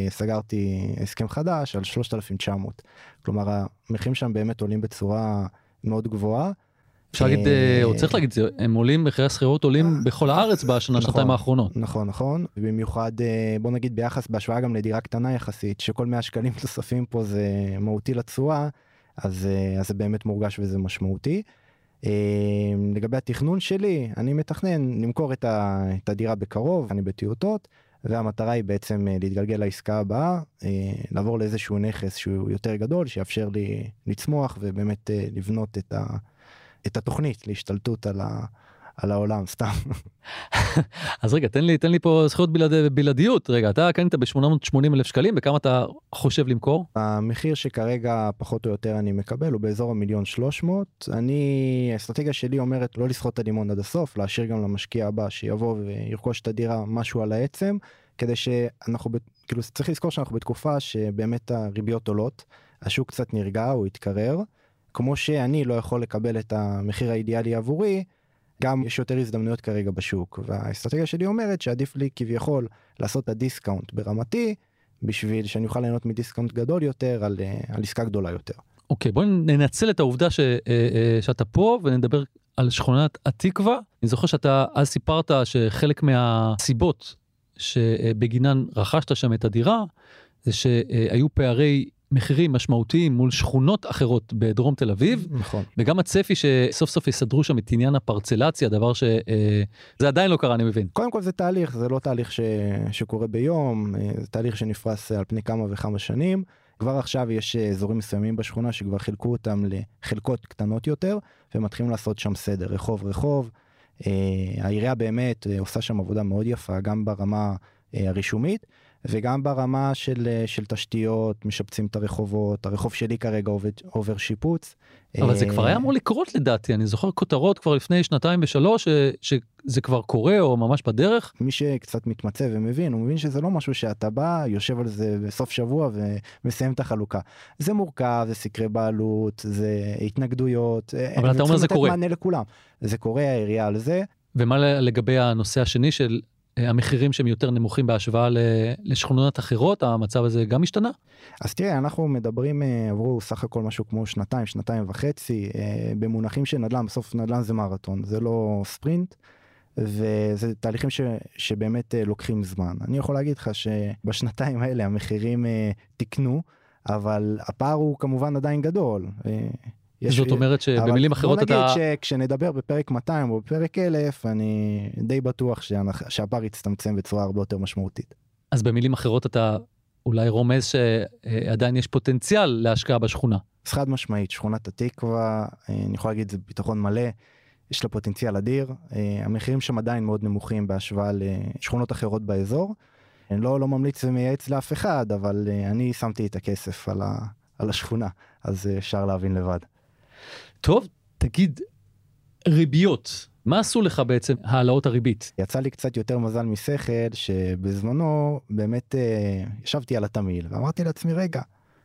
Speaker 4: סגרתי הסכם חדש על שלושת אלפים תשע מאות. כלומר, המחירים שם באמת עולים בצורה מאוד גבוהה.
Speaker 6: אפשר להגיד, או צריך להגיד, הם עולים, מחירי השכירות עולים בכל הארץ בשנה, שנתיים האחרונות.
Speaker 4: נכון, נכון. ובמיוחד, בוא נגיד ביחס, בהשוואה גם לדירה קטנה יחסית, שכל מאה שקלים נוספים פה זה מהותי לתשואה, אז זה באמת מורגש וזה משמעותי. לגבי התכנון שלי, אני מתכנן למכור את הדירה בקרוב, אני בטיוטות, והמטרה היא בעצם להתגלגל לעסקה הבאה, לעבור לאיזשהו נכס שהוא יותר גדול, שיאפשר לי לצמוח ובאמת לבנות את, ה, את התוכנית להשתלטות על, ה, על העולם, סתם.
Speaker 6: אז רגע, תן לי, תן לי פה זכויות בלעד, בלעדיות. רגע, אתה קנית ב-שמונה מאות ושמונים אלף שקלים, בכמה אתה חושב למכור?
Speaker 4: המחיר שכרגע פחות או יותר אני מקבל הוא באזור המיליון שלוש מאות. אני, האסטרטגיה שלי אומרת לא לסחוט את הלימון עד הסוף, להשאיר גם למשקיע הבא שיבוא וירכוש את הדירה משהו על העצם, כדי שאנחנו, כאילו צריך לזכור שאנחנו בתקופה שבאמת הריביות עולות, השוק קצת נרגע, הוא יתקרר, כמו שאני לא יכול לקבל את המחיר האידיאלי עבורי, גם יש יותר הזדמנויות כרגע בשוק, והאסטרטגיה שלי אומרת שעדיף לי כביכול לעשות את הדיסקאונט ברמתי, בשביל שאני אוכל ליהנות מדיסקאונט גדול יותר על, על עסקה גדולה יותר.
Speaker 6: אוקיי, בואו ננצל את העובדה ש, שאתה פה ונדבר על שכונת התקווה. אני זוכר שאתה אז סיפרת שחלק מהסיבות שבגינן רכשת שם את הדירה, זה שהיו פערי מחירים משמעותיים מול שכונות אחרות בדרום תל אביב,
Speaker 4: נכון.
Speaker 6: וגם הצפי שסוף סוף יסדרו שם את עניין הפרצלציה, דבר שזה עדיין לא קרה, אני מבין.
Speaker 4: קודם כל זה תהליך, זה לא תהליך ש... שקורה ביום, זה תהליך שנפרס על פני כמה וכמה שנים. כבר עכשיו יש אזורים מסוימים בשכונה שכבר חילקו אותם לחלקות קטנות יותר, ומתחילים לעשות שם סדר, רחוב רחוב. העירייה באמת עושה שם עבודה מאוד יפה, גם ברמה הרישומית, וגם ברמה של, של תשתיות, משפצים את הרחובות, הרחוב שלי כרגע עובד, עובר שיפוץ.
Speaker 6: אבל זה כבר היה אמור לקרות לדעתי, אני זוכר כותרות כבר לפני שנתיים ושלוש, שזה כבר קורה או ממש בדרך.
Speaker 4: מי שקצת מתמצא ומבין, הוא מבין שזה לא משהו שאתה בא, יושב על זה בסוף שבוע ומסיים את החלוקה. זה מורכב, זה סקרי בעלות, זה התנגדויות.
Speaker 6: אבל אתה אומר זה קורה.
Speaker 4: מענה לכולם. זה קורה, העירייה על זה.
Speaker 6: ומה לגבי הנושא השני של המחירים שהם יותר נמוכים בהשוואה לשכונות אחרות, המצב הזה גם השתנה?
Speaker 4: אז תראה, אנחנו מדברים, עברו סך הכל משהו כמו שנתיים, שנתיים וחצי, במונחים של נדל"ן, בסוף נדל"ן זה מרתון, זה לא ספרינט, וזה תהליכים ש, שבאמת לוקחים זמן. אני יכול להגיד לך שבשנתיים האלה המחירים תקנו, אבל הפער הוא כמובן עדיין גדול.
Speaker 6: יש, זאת אומרת שבמילים אחרות אתה...
Speaker 4: בוא נגיד שכשנדבר בפרק מאתיים או בפרק אלף, אני די בטוח שהפער יצטמצם בצורה הרבה יותר משמעותית.
Speaker 6: אז במילים אחרות אתה אולי רומז שעדיין יש פוטנציאל להשקעה בשכונה.
Speaker 4: אז חד משמעית, שכונת התקווה, אני יכול להגיד זה ביטחון מלא, יש לה פוטנציאל אדיר, המחירים שם עדיין מאוד נמוכים בהשוואה לשכונות אחרות באזור. אני לא, לא ממליץ ומייעץ לאף אחד, אבל אני שמתי את הכסף על, ה, על השכונה, אז אפשר להבין לבד.
Speaker 6: טוב, תגיד, ריביות, מה עשו לך בעצם העלאות הריבית?
Speaker 4: יצא לי קצת יותר מזל משכל, שבזמנו באמת אה, ישבתי על התמיל, ואמרתי לעצמי, רגע,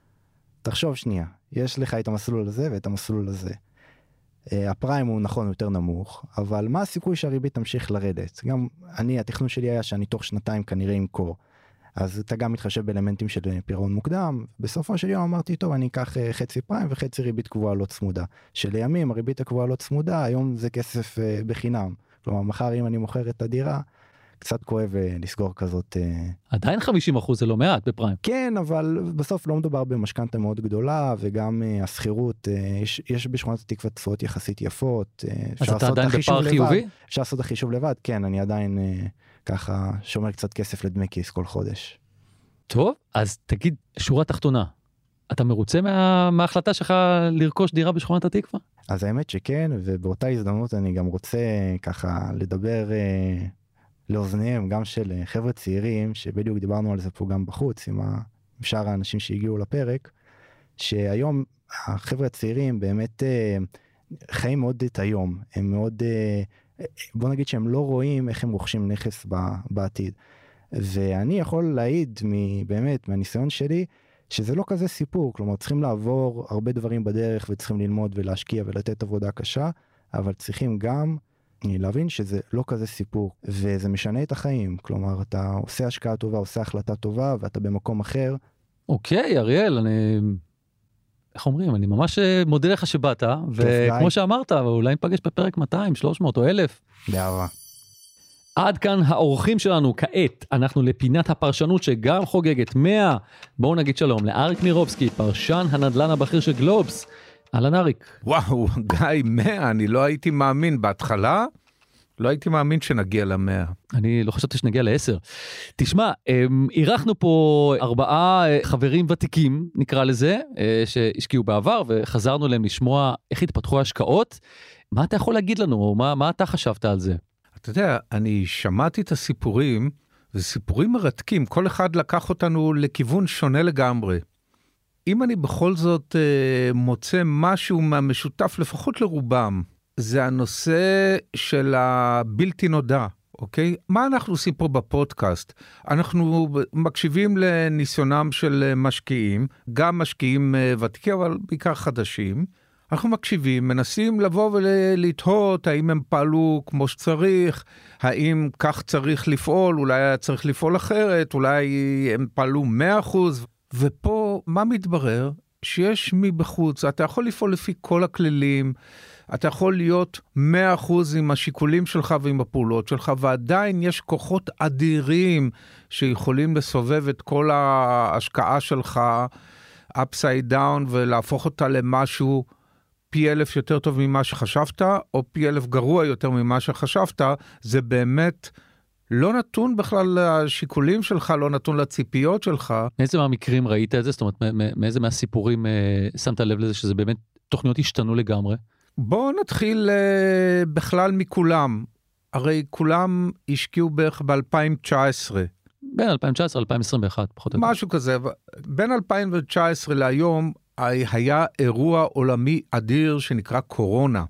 Speaker 4: תחשוב שנייה, יש לך את המסלול הזה ואת המסלול הזה. אה, הפריים הוא נכון יותר נמוך, אבל מה הסיכוי שהריבית תמשיך לרדת? גם אני, התכנון שלי היה שאני תוך שנתיים כנראה אמכור. אז אתה גם מתחשב באלמנטים של פירעון מוקדם. בסופו של יום אמרתי, טוב, אני אקח חצי פריים וחצי ריבית קבועה לא צמודה. שלימים הריבית הקבועה לא צמודה, היום זה כסף בחינם. כלומר, מחר אם אני מוכר את הדירה, קצת כואב לסגור כזאת.
Speaker 6: עדיין חמישים אחוז זה לא מעט בפריים.
Speaker 4: כן, אבל בסוף לא מדובר במשכנתה מאוד גדולה, וגם הסחירות, יש, יש בשכונת התקווה תשואות יחסית יפות.
Speaker 6: אז אתה עדיין בפער חיובי?
Speaker 4: אפשר לעשות את החישוב לבד, כן, אני עדיין ככה שומר קצת כסף לדמי כיס כל חודש.
Speaker 6: טוב, אז תגיד, שורה תחתונה, אתה מרוצה מה, מההחלטה שלך לרכוש דירה בשכונת התקווה?
Speaker 4: אז האמת שכן, ובאותה הזדמנות אני גם רוצה ככה לדבר אה, לאוזניהם, גם של חבר'ה צעירים, שבדיוק דיברנו על זה פה גם בחוץ, עם שאר האנשים שהגיעו לפרק, שהיום החבר'ה הצעירים באמת אה, חיים מאוד את היום, הם מאוד, אה, בוא נגיד שהם לא רואים איך הם רוכשים נכס בעתיד. ואני יכול להעיד באמת מהניסיון שלי, שזה לא כזה סיפור, כלומר צריכים לעבור הרבה דברים בדרך, וצריכים ללמוד ולהשקיע ולתת עבודה קשה, אבל צריכים גם להבין שזה לא כזה סיפור, וזה משנה את החיים, כלומר אתה עושה השקעה טובה, עושה החלטה טובה, ואתה במקום אחר.
Speaker 6: אוקיי, אריאל, אני... איך אומרים? אני ממש מודה לך שבאת, וכמו שאמרת, אולי נפגש בפרק מאתיים, שלוש מאות או אלף.
Speaker 4: באהבה.
Speaker 6: עד כאן האורחים שלנו, כעת אנחנו לפינת הפרשנות שגם חוגגת מאה. בואו נגיד שלום לאריק מירובסקי, פרשן הנדל"ן הבכיר של גלובס. אהלן אריק.
Speaker 7: וואו, גיא, מאה, אני לא הייתי מאמין בהתחלה, לא הייתי מאמין שנגיע למאה.
Speaker 6: אני לא חשבתי שנגיע לעשר. תשמע, אירחנו פה ארבעה חברים ותיקים, נקרא לזה, שהשקיעו בעבר, וחזרנו להם לשמוע איך התפתחו ההשקעות. מה אתה יכול להגיד לנו, או מה, מה אתה חשבת על זה?
Speaker 7: אתה יודע, אני שמעתי את הסיפורים, וסיפורים מרתקים, כל אחד לקח אותנו לכיוון שונה לגמרי. אם אני בכל זאת אה, מוצא משהו מהמשותף, לפחות לרובם, זה הנושא של הבלתי נודע, אוקיי? מה אנחנו עושים פה בפודקאסט? אנחנו מקשיבים לניסיונם של משקיעים, גם משקיעים אה, ותיקים, אבל בעיקר חדשים, אנחנו מקשיבים, מנסים לבוא ולתהות האם הם פעלו כמו שצריך, האם כך צריך לפעול, אולי היה צריך לפעול אחרת, אולי הם פעלו מאה אחוז, ופה מה מתברר? שיש מבחוץ, אתה יכול לפעול לפי כל הכללים, אתה יכול להיות מאה אחוז עם השיקולים שלך ועם הפעולות שלך, ועדיין יש כוחות אדירים שיכולים לסובב את כל ההשקעה שלך upside down ולהפוך אותה למשהו פי אלף יותר טוב ממה שחשבת, או פי אלף גרוע יותר ממה שחשבת. זה באמת לא נתון בכלל לשיקולים שלך, לא נתון לציפיות שלך.
Speaker 6: מאיזה מהמקרים ראית את זה? זאת אומרת, מאיזה מהסיפורים שמת לב לזה שזה באמת תוכניות השתנו לגמרי?
Speaker 7: בואו נתחיל uh, בכלל מכולם. הרי כולם השקיעו בערך ב-אלפיים תשע עשרה.
Speaker 6: בין אלפיים תשע עשרה ל-אלפיים עשרים ואחת, פחות או יותר.
Speaker 7: משהו כזה. בין אלפיים תשע עשרה להיום היה אירוע עולמי אדיר שנקרא קורונה.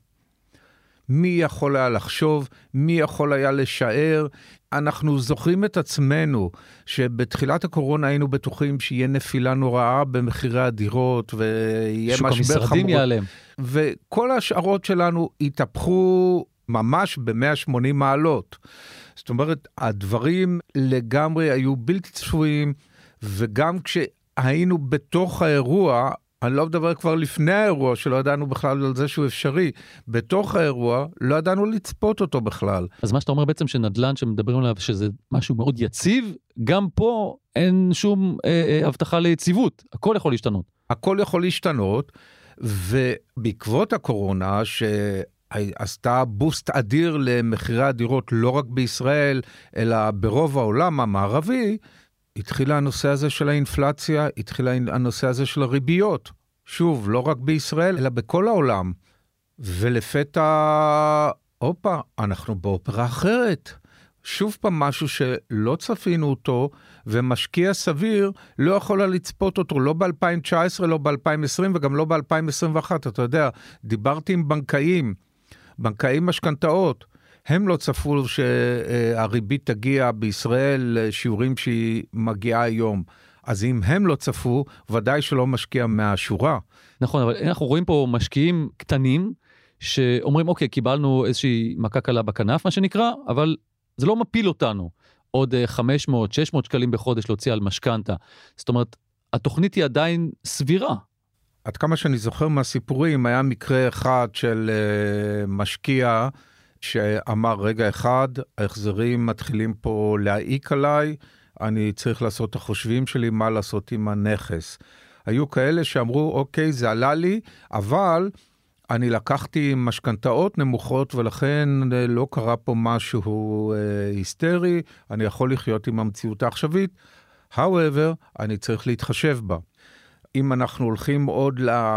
Speaker 7: מי יכול היה לחשוב? מי יכול היה לשער? אנחנו זוכרים את עצמנו שבתחילת הקורונה היינו בטוחים שיהיה נפילה נוראה במחירי הדירות ויהיה משבר חמור. שוק המשרדים ייעלם. וכל השערות שלנו התהפכו ממש ב-מאה ושמונים מעלות. זאת אומרת, הדברים לגמרי היו בלתי צפויים, וגם כשהיינו בתוך האירוע, אני לא מדבר כבר לפני האירוע, שלא ידענו בכלל על זה שהוא אפשרי. בתוך האירוע, לא ידענו לצפות אותו בכלל.
Speaker 6: אז מה שאתה אומר בעצם שנדל"ן שמדברים עליו, שזה משהו מאוד יציב, גם פה אין שום אה, אה, הבטחה ליציבות. הכל יכול להשתנות.
Speaker 7: הכל יכול להשתנות, ובעקבות הקורונה, שעשתה בוסט אדיר למחירי הדירות, לא רק בישראל, אלא ברוב העולם המערבי, התחילה הנושא הזה של האינפלציה, התחילה הנושא הזה של הריביות. שוב, לא רק בישראל, אלא בכל העולם. ולפתע, אופה, אנחנו באופרה אחרת. שוב פעם משהו שלא צפינו אותו, ומשקיע סביר לא יכולה לצפות אותו, לא ב-אלפיים תשע עשרה, לא ב-אלפיים עשרים, וגם לא ב-אלפיים עשרים ואחת. אתה יודע, דיברתי עם בנקאים, בנקאים משכנתאות, הם לא צפו שהריבית תגיע בישראל לשיעורים שהיא מגיעה היום. אז אם הם לא צפו, ודאי שלא משקיע מהשורה.
Speaker 6: נכון, אבל אנחנו רואים פה משקיעים קטנים, שאומרים, אוקיי, קיבלנו איזושהי מכה קלה בכנף, מה שנקרא, אבל זה לא מפיל אותנו. עוד חמש מאות שש מאות שקלים בחודש להוציא על משכנתה. זאת אומרת, התוכנית היא עדיין סבירה.
Speaker 7: עד כמה שאני זוכר מהסיפורים, היה מקרה אחד של uh, משקיע, שאמר, רגע אחד, ההחזרים מתחילים פה להעיק עליי, אני צריך לעשות את החושבים שלי, מה לעשות עם הנכס. היו כאלה שאמרו, אוקיי, זה עלה לי, אבל אני לקחתי משכנתאות נמוכות, ולכן לא קרה פה משהו אה, היסטרי, אני יכול לחיות עם המציאות העכשווית, however, אני צריך להתחשב בה. אם אנחנו הולכים עוד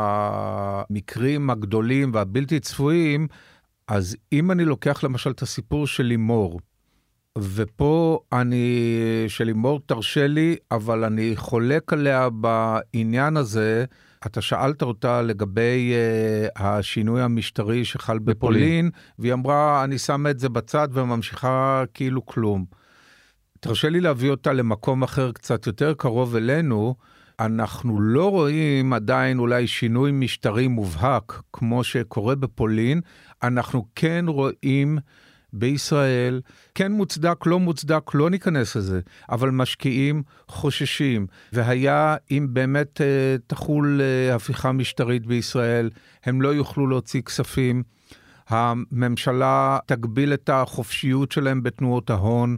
Speaker 7: למקרים הגדולים והבלתי צפויים, אז אם אני לוקח למשל את הסיפור של לימור, ופה אני, שלימור תרשה לי, אבל אני חולק עליה בעניין הזה, אתה שאלת אותה לגבי uh, השינוי המשטרי שחל בפולין, בפולין, והיא אמרה, אני שמה את זה בצד וממשיכה כאילו כלום. תרשה לי להביא אותה למקום אחר קצת יותר קרוב אלינו, אנחנו לא רואים עדיין אולי שינוי משטרי מובהק, כמו שקורה בפולין, אנחנו כן רואים בישראל, כן מוצדק, לא מוצדק, לא ניכנס לזה, אבל משקיעים חוששים, והיה אם באמת uh, תחול uh, הפיכה משטרית בישראל, הם לא יוכלו להוציא כספים, הממשלה תגביל את החופשיות שלהם בתנועות ההון,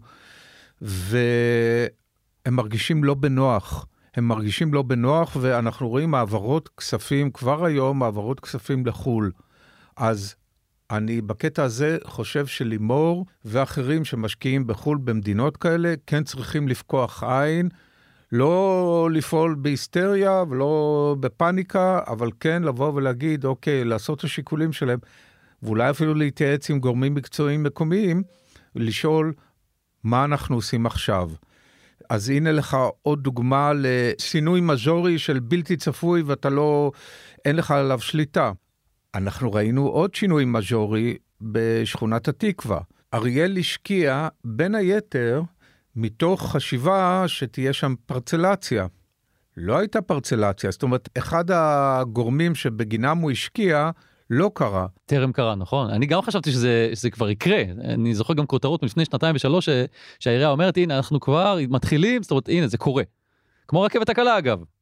Speaker 7: והם מרגישים לא בנוח, הם מרגישים לא בנוח, ואנחנו רואים מעברות כספים, כבר היום מעברות כספים לחול. אז אני בקטע הזה חושב שלימור ואחרים שמשקיעים בחול במדינות כאלה, כן צריכים לפקוח עין, לא לפעול בהיסטריה ולא בפניקה, אבל כן לבוא ולהגיד, אוקיי, לעשות את השיקולים שלהם, ואולי אפילו להתייעץ עם גורמים מקצועיים מקומיים, ולשאול מה אנחנו עושים עכשיו. אז הנה לך עוד דוגמה לשינוי מז'ורי של בלתי צפוי, ואתה לא, אין לך עליו שליטה. אנחנו ראינו עוד שינוי מז'ורי בשכונת התקווה. אריאל השקיע בין היתר מתוך חשיבה שתהיה שם פרצלציה. לא הייתה פרצלציה, זאת אומרת, אחד הגורמים שבגינם הוא השקיע, לא קרה.
Speaker 6: טרם קרה, נכון. אני גם חשבתי שזה, שזה כבר יקרה. אני זוכר גם כותרות מלפני שנתיים ושלוש, ש, שהעירייה אומרת, הנה, אנחנו כבר מתחילים, זאת אומרת, הנה, זה קורה. כמו רכבת הקלה, אגב.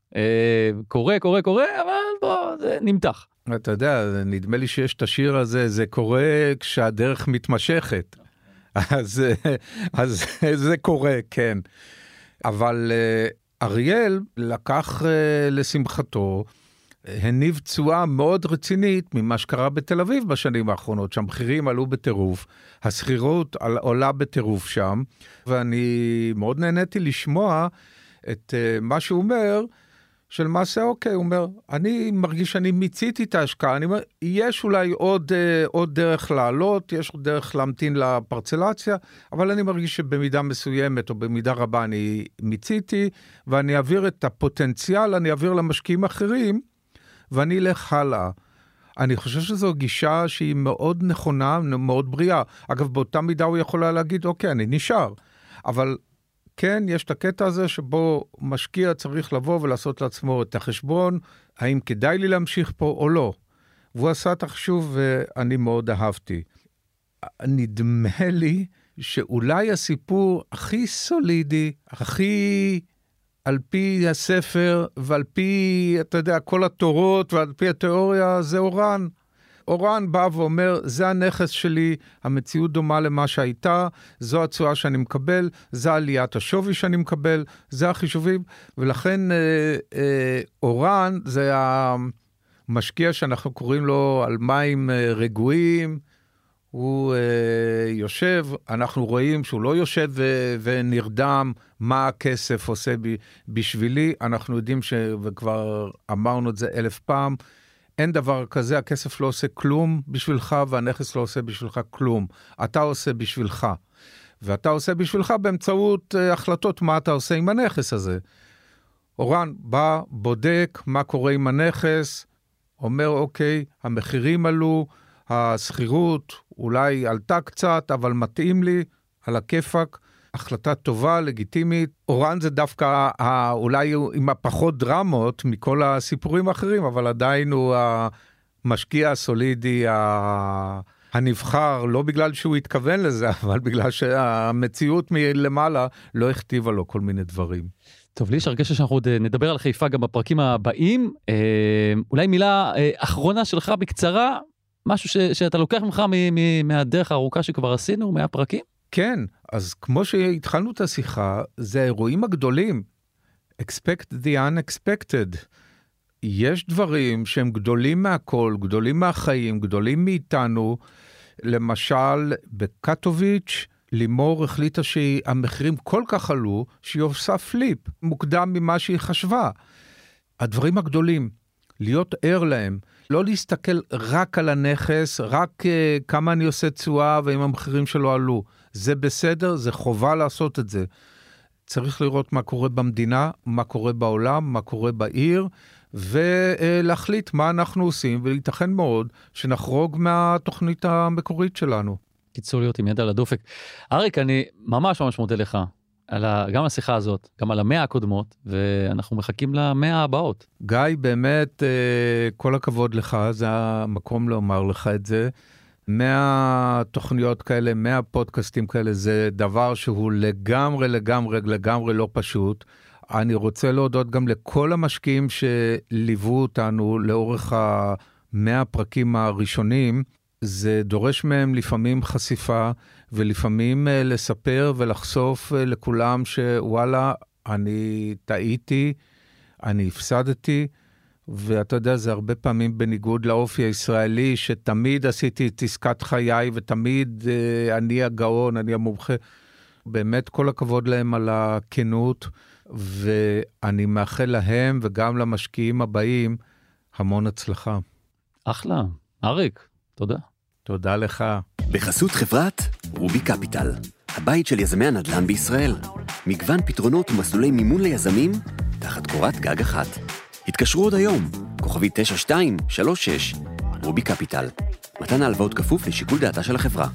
Speaker 6: קורה, קורה, קורה, אבל בוא, זה נמתח.
Speaker 7: אתה יודע, נדמה לי שיש את השיר הזה, זה קורה כשהדרך מתמשכת. אז, אז זה קורה, כן. אבל אריאל לקח לשמחתו, הניב תשואה מאוד רצינית ממה שקרה בתל אביב בשנים האחרונות, שהמחירים עלו בטירוף, השכירות עולה בטירוף שם, ואני מאוד נהניתי לשמוע את מה שהוא אומר, של מה זה אוקיי, הוא אומר, אני מרגיש שאני מיציתי את ההשקעה, אני אומר, יש אולי עוד, עוד דרך לעלות, יש עוד דרך להמתין לפרצלציה, אבל אני מרגיש שבמידה מסוימת או במידה רבה אני מיציתי, ואני אעביר את הפוטנציאל, אני אעביר למשקיעים אחרים, ואני אלך הלאה. אני חושב שזו גישה שהיא מאוד נכונה, מאוד בריאה. אגב, באותה מידה הוא יכול להגיד, אוקיי, אני נשאר. אבל כן, יש את הקטע הזה שבו משקיע צריך לבוא ולעשות לעצמו את החשבון, האם כדאי לי להמשיך פה או לא. והוא עשה את החישוב ואני מאוד אהבתי. נדמה לי שאולי הסיפור הכי סולידי, הכי על פי הספר ועל פי, אתה יודע, כל התורות ועל פי התיאוריה, זה אורן. אורן בא ואומר, זה הנכס שלי, המציאות דומה למה שהייתה, זו התשואה שאני מקבל, זה עליית השווי שאני מקבל, זה החישובים, ולכן אה, אה, אורן זה המשקיע שאנחנו קוראים לו על מים אה, רגועים, הוא אה, יושב, אנחנו רואים שהוא לא יושב ו- ונרדם מה הכסף עושה ב- בשבילי, אנחנו יודעים ש... וכבר אמרנו את זה אלף פעם, אין דבר כזה, הכסף לא עושה כלום בשבילך, והנכס לא עושה בשבילך כלום. אתה עושה בשבילך. ואתה עושה בשבילך באמצעות uh, החלטות מה אתה עושה עם הנכס הזה. אורן בא, בודק מה קורה עם הנכס, אומר, אוקיי, המחירים עלו, הסחירות אולי עלתה קצת, אבל מתאים לי, על הכיפק, החלטה טובה, לגיטימית. אורן זה דווקא ה, אולי עם הפחות דרמות מכל הסיפורים האחרים, אבל עדיין הוא המשקיע הסולידי, הנבחר, לא בגלל שהוא התכוון לזה, אבל בגלל שהמציאות מלמעלה לא הכתיבה לו כל מיני דברים.
Speaker 6: טוב, לי יש הרגשה שאנחנו עוד נדבר על חיפה גם בפרקים הבאים. אולי מילה אחרונה שלך בקצרה, משהו ש, שאתה לוקח ממך מ, מ, מהדרך הארוכה שכבר עשינו, מהפרקים?
Speaker 7: כן, אז כמו שהתחלנו את השיחה, זה האירועים הגדולים. Expect the unexpected. יש דברים שהם גדולים מהכל, גדולים מהחיים, גדולים מאיתנו. למשל, בקטוביץ', לימור החליטה שהמחירים כל כך עלו, שהיא עושה פליפ, מוקדם ממה שהיא חשבה. הדברים הגדולים, להיות ער להם, לא להסתכל רק על הנכס, רק uh, כמה אני עושה תשואה ואם המחירים שלו עלו. זה בסדר, זה חובה לעשות את זה. צריך לראות מה קורה במדינה, מה קורה בעולם, מה קורה בעיר, ולהחליט מה אנחנו עושים, ולהתכן מאוד שנחרוג מהתוכנית המקורית שלנו.
Speaker 6: קיצור להיות עם יד על הדופק. אריק, אני ממש ממש מודה לך, על ה... גם השיחה הזאת, גם על המאה הקודמות, ואנחנו מחכים למאה הבאות.
Speaker 7: גיא, באמת, כל הכבוד לך, זה המקום לומר לך את זה. מאה תוכניות כאלה, מאה פודקאסטים כאלה, זה דבר שהוא לגמרי, לגמרי, לגמרי לא פשוט. אני רוצה להודות גם לכל המשקיעים שליוו אותנו לאורך המאה פרקים הראשונים. זה דורש מהם לפעמים חשיפה, ולפעמים לספר ולחשוף לכולם שוואלה, אני טעיתי, אני הפסדתי, ואתה יודע, זה הרבה פעמים בניגוד לאופי הישראלי, שתמיד עשיתי את עסקת חיי, ותמיד אה, אני הגאון, אני המומחה. באמת כל הכבוד להם על הכנות, ואני מאחל להם וגם למשקיעים הבאים המון הצלחה.
Speaker 6: אחלה. אריק, תודה.
Speaker 7: תודה לך.
Speaker 1: בחסות חברת רובי קפיטל, הבית של יזמי הנדל"ן בישראל. מגוון פתרונות ומסלולי מימון ליזמים, תחת קורת גג אחת. התקשרו עוד היום, כוכבי תשע שתיים שלוש שש, רובי קפיטל. מתן ההלוואות כפוף לשיקול דעתה של החברה.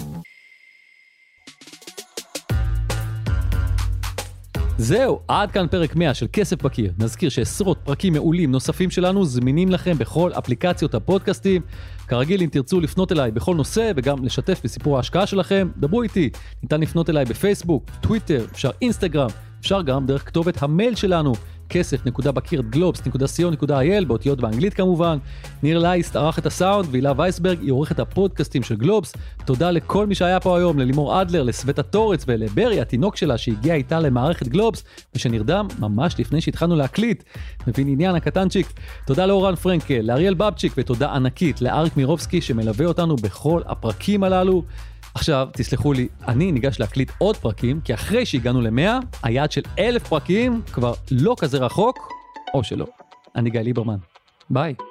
Speaker 6: זהו, עד כאן פרק מאה של כסף בקיר. נזכיר שעשרות פרקים מעולים נוספים שלנו זמינים לכם בכל אפליקציות הפודקאסטים. כרגיל, אם תרצו לפנות אליי בכל נושא וגם לשתף בסיפור ההשקעה שלכם, דברו איתי. ניתן לפנות אליי בפייסבוק, טוויטר, אפשר אינסטגרם, אפשר גם דרך כתובת המייל שלנו, כסף נקודה בקיר גלובס נקודה סי או נקודה איי אל, באותיות באנגלית כמובן. ניר לייסט ערך את הסאונד, והילה וייסברג היא עורכת הפודקאסטים של גלובס. תודה לכל מי שהיה פה היום, ללימור אדלר, לסווטה טורץ ולברי, התינוק שלה שהגיע איתה למערכת גלובס, ושנרדם ממש לפני שהתחלנו להקליט. מבין עניין הקטנצ'יק. תודה לאורן פרנקל, לאריאל בבצ'יק, ותודה ענקית לאריק מירובסקי שמלווה אותנו בכל הפרקים הללו. עכשיו, תסלחו לי, אני ניגש להקליט עוד פרקים, כי אחרי שהגענו למאה, היעד של אלף פרקים כבר לא כזה רחוק, או שלא. אני גיא ליברמן. ביי.